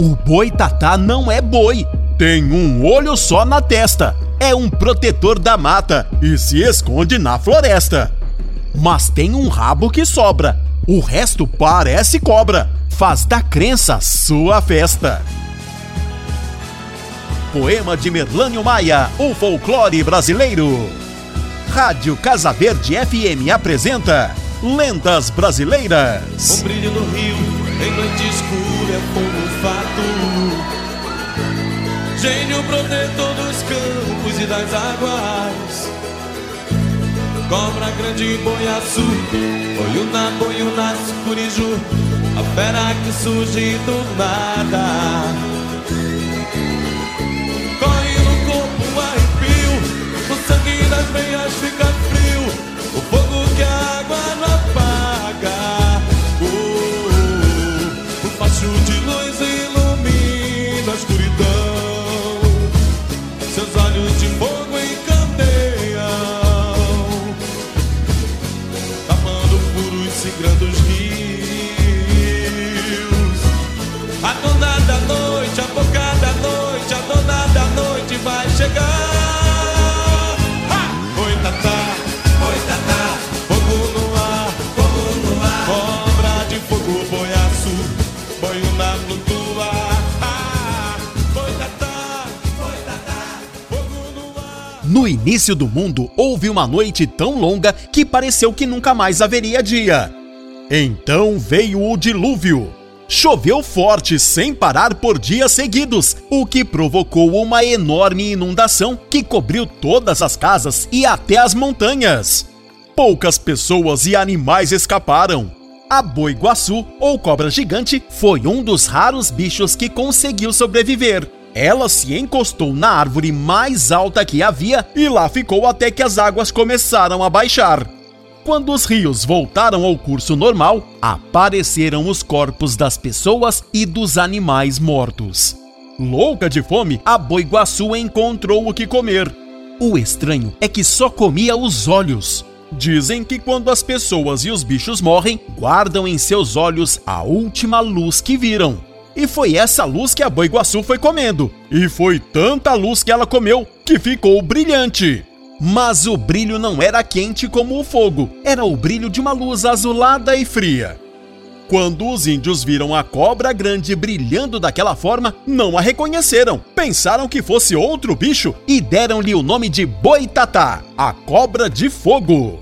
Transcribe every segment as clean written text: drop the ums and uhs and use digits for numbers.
O boitatá não é boi, tem um olho só na testa, é um protetor da mata e se esconde na floresta. Mas tem um rabo que sobra, o resto parece cobra, faz da crença sua festa. Poema de Merlânio Maia, o folclore brasileiro. Rádio Casa Verde FM apresenta Lendas Brasileiras. O brilho do rio em noite escura é fogo fato, gênio protetor dos campos e das águas. Cobra grande boiaçu, boiuna, curiju, a fera que surge do nada. Corre no corpo um arrepio, o sangue das veias fica frio, o fogo que a água não apaga. O facho de luz ilumina a escuridão, seus olhos de fogo encandeiam, tapando furos, segurando os rios. A dona da noite, a boca da noite, a dona da noite vai chegar. Boitatá, boitatá, fogo no ar, cobra de fogo, boiaçu, boiuna flutua. Boitatá, boitatá, fogo no ar. No início do mundo, houve uma noite tão longa que pareceu que nunca mais haveria dia. Então veio o dilúvio. Choveu forte sem parar por dias seguidos, o que provocou uma enorme inundação que cobriu todas as casas e até as montanhas. Poucas pessoas e animais escaparam. A boi-guaçu, ou cobra gigante, foi um dos raros bichos que conseguiu sobreviver. Ela se encostou na árvore mais alta que havia e lá ficou até que as águas começaram a baixar. Quando os rios voltaram ao curso normal, apareceram os corpos das pessoas e dos animais mortos. Louca de fome, a boi-guaçu encontrou o que comer. O estranho é que só comia os olhos. Dizem que quando as pessoas e os bichos morrem, guardam em seus olhos a última luz que viram. E foi essa luz que a boi-guaçu foi comendo. E foi tanta luz que ela comeu que ficou brilhante. Mas o brilho não era quente como o fogo, era o brilho de uma luz azulada e fria. Quando os índios viram a cobra grande brilhando daquela forma, não a reconheceram, pensaram que fosse outro bicho e deram-lhe o nome de boitatá, a cobra de fogo.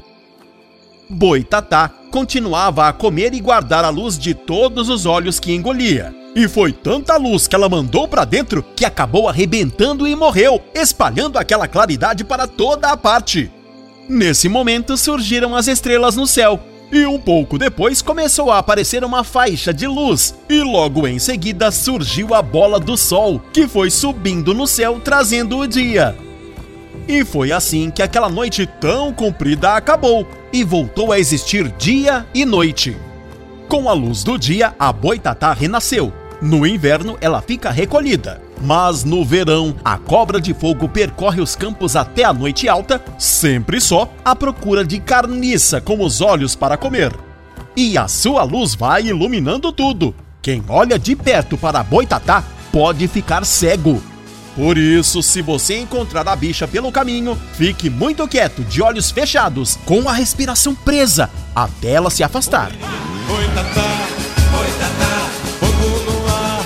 Boitatá continuava a comer e guardar a luz de todos os olhos que engolia. E foi tanta luz que ela mandou para dentro que acabou arrebentando e morreu, espalhando aquela claridade para toda a parte. Nesse momento surgiram as estrelas no céu, e um pouco depois começou a aparecer uma faixa de luz, e logo em seguida surgiu a bola do sol, que foi subindo no céu trazendo o dia. E foi assim que aquela noite tão comprida acabou, e voltou a existir dia e noite. Com a luz do dia, a boitatá renasceu. No inverno, ela fica recolhida. Mas no verão, a cobra de fogo percorre os campos até a noite alta, sempre só, à procura de carniça com os olhos para comer. E a sua luz vai iluminando tudo. Quem olha de perto para a boitatá pode ficar cego. Por isso, se você encontrar a bicha pelo caminho, fique muito quieto, de olhos fechados, com a respiração presa, até ela se afastar. Boitatá, boitatá, fogo no ar,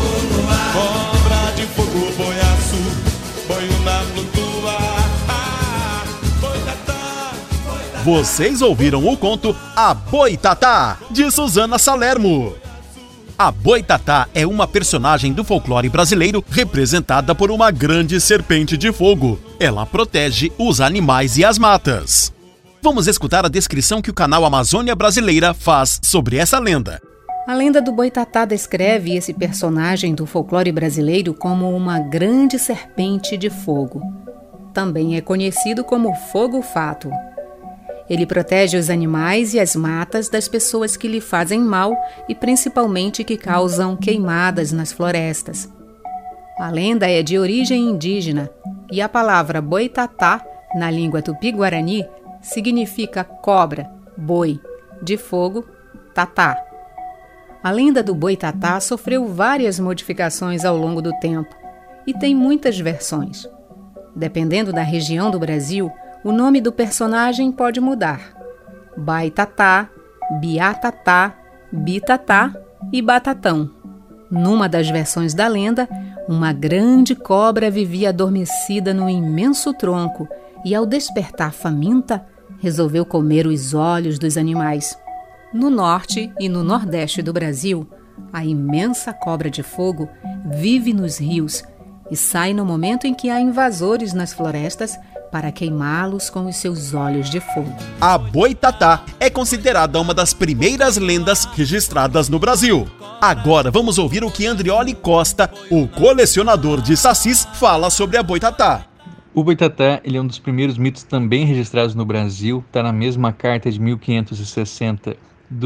cobra de fogo, boiaçu, boiuna flutua. Boitatá, boitatá. Vocês ouviram o conto A Boitatá, de Suzana Salermo. A boitatá é uma personagem do folclore brasileiro representada por uma grande serpente de fogo. Ela protege os animais e as matas. Vamos escutar a descrição que o canal Amazônia Brasileira faz sobre essa lenda. A lenda do boitatá descreve esse personagem do folclore brasileiro como uma grande serpente de fogo. Também é conhecido como fogo-fato. Ele protege os animais e as matas das pessoas que lhe fazem mal e principalmente que causam queimadas nas florestas. A lenda é de origem indígena e a palavra boitatá, na língua tupi-guarani, significa cobra, boi, de fogo, tatá. A lenda do Boitatá sofreu várias modificações ao longo do tempo e tem muitas versões. Dependendo da região do Brasil, o nome do personagem pode mudar. Baitatá, Biatatá, Bitatá e Batatão. Numa das versões da lenda, uma grande cobra vivia adormecida num imenso tronco e, ao despertar faminta, resolveu comer os olhos dos animais. No norte e no nordeste do Brasil, a imensa cobra de fogo vive nos rios e sai no momento em que há invasores nas florestas para queimá-los com os seus olhos de fogo. A Boitatá é considerada uma das primeiras lendas registradas no Brasil. Agora vamos ouvir o que Andrioli Costa, o colecionador de sacis, fala sobre a Boitatá. O Boitatá ele é um dos primeiros mitos também registrados no Brasil, está na mesma carta de 1560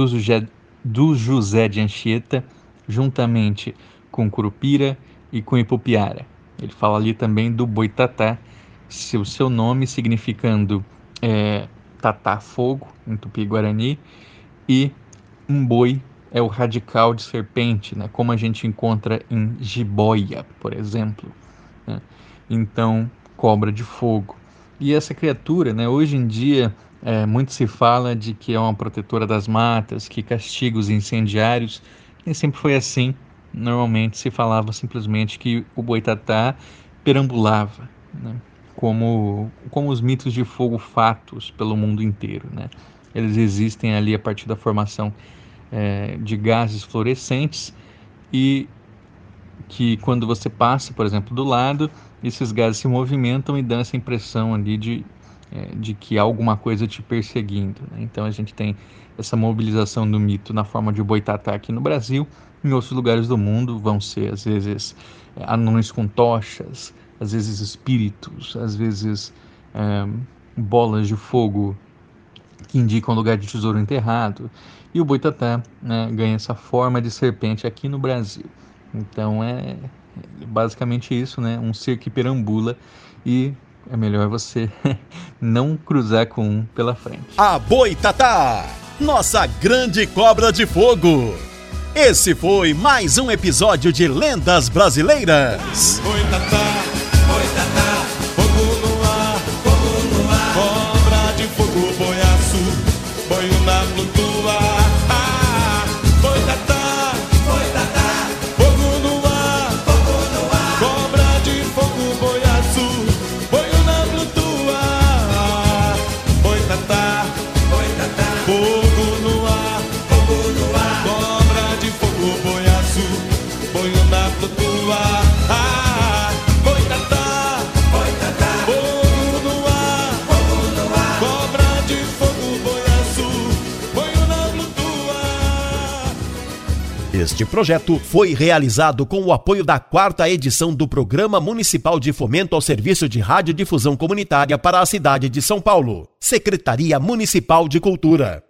do José de Anchieta, juntamente com Curupira e com Ipupiara. Ele fala ali também do Boitatá, o seu nome significando tatá, fogo, em Tupi-Guarani, e um boi é o radical de serpente, né, como a gente encontra em jiboia, por exemplo, né? Então, cobra de fogo. E essa criatura, né, hoje em dia, muito se fala de que é uma protetora das matas, que castiga os incendiários. Nem sempre foi assim. Normalmente se falava simplesmente que o Boitatá perambulava, né, como os mitos de fogo fatos pelo mundo inteiro, né? Eles existem ali a partir da formação de gases fluorescentes e que quando você passa, por exemplo, do lado, esses gases se movimentam e dão essa impressão ali de que há alguma coisa te perseguindo, né? Então a gente tem essa mobilização do mito na forma de Boitatá aqui no Brasil. Em outros lugares do mundo vão ser, às vezes, anões com tochas, às vezes espíritos, às vezes bolas de fogo que indicam lugar de tesouro enterrado. E o Boitatá, né, ganha essa forma de serpente aqui no Brasil. Então é basicamente isso, né? Um ser que perambula e é melhor você não cruzar com um pela frente. A Boitatá, nossa grande cobra de fogo. Esse foi mais um episódio de Lendas Brasileiras. Boitatá, Boitatá, fogo no ar, cobra de fogo, boiaçu, boio na flutua. Boitatá, Boitatá, fogo no ar, cobra de fogo, boiaçu, boio na flutua. Boitatá, Boitatá, fogo no ar, cobra de fogo, boiaçu, boio na flutua. Boitatá, Boitatá, fogo no ar, cobra de fogo, boiaçu, boio na flutua. Este projeto foi realizado com o apoio da 4ª edição do Programa Municipal de Fomento ao Serviço de Radiodifusão Comunitária para a cidade de São Paulo, Secretaria Municipal de Cultura.